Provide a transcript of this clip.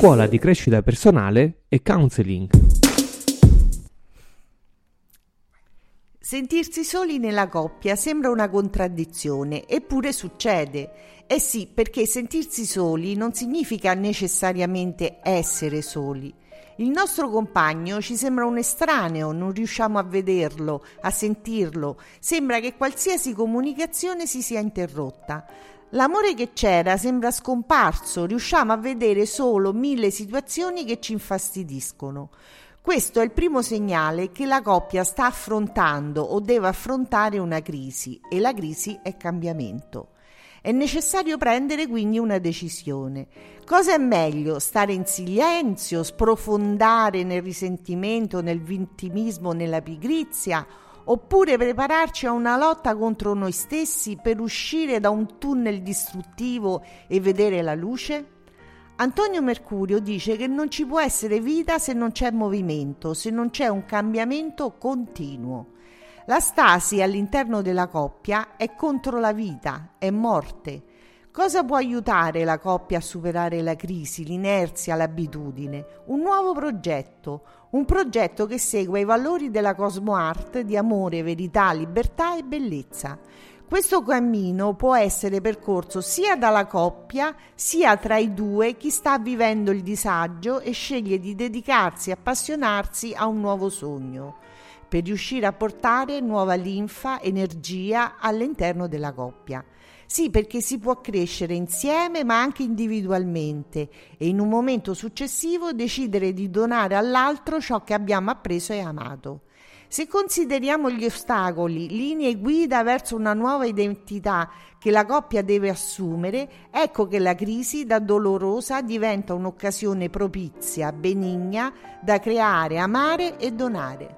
scuola di crescita personale e counseling. Sentirsi soli nella coppia sembra una contraddizione, eppure succede. Eh sì, perché sentirsi soli non significa necessariamente essere soli. Il nostro compagno ci sembra un estraneo, non riusciamo a vederlo, a sentirlo, sembra che qualsiasi comunicazione si sia interrotta. L'amore che c'era sembra scomparso, riusciamo a vedere solo 1000 situazioni che ci infastidiscono. Questo è il primo segnale che la coppia sta affrontando o deve affrontare una crisi, e la crisi è cambiamento. È necessario prendere quindi una decisione. Cosa è meglio? Stare in silenzio, sprofondare nel risentimento, nel vittimismo, nella pigrizia, oppure prepararci a una lotta contro noi stessi per uscire da un tunnel distruttivo e vedere la luce? Antonio Mercurio dice che non ci può essere vita se non c'è movimento, se non c'è un cambiamento continuo. La stasi all'interno della coppia è contro la vita, è morte. Cosa può aiutare la coppia a superare la crisi, l'inerzia, l'abitudine? Un nuovo progetto, un progetto che segue i valori della Cosmo Art di amore, verità, libertà e bellezza. Questo cammino può essere percorso sia dalla coppia sia tra i due chi sta vivendo il disagio e sceglie di dedicarsi e appassionarsi a un nuovo sogno, per riuscire a portare nuova linfa, energia all'interno della coppia. Sì, perché si può crescere insieme ma anche individualmente e in un momento successivo decidere di donare all'altro ciò che abbiamo appreso e amato. Se consideriamo gli ostacoli, linee guida verso una nuova identità che la coppia deve assumere, ecco che la crisi da dolorosa diventa un'occasione propizia, benigna, da creare, amare e donare.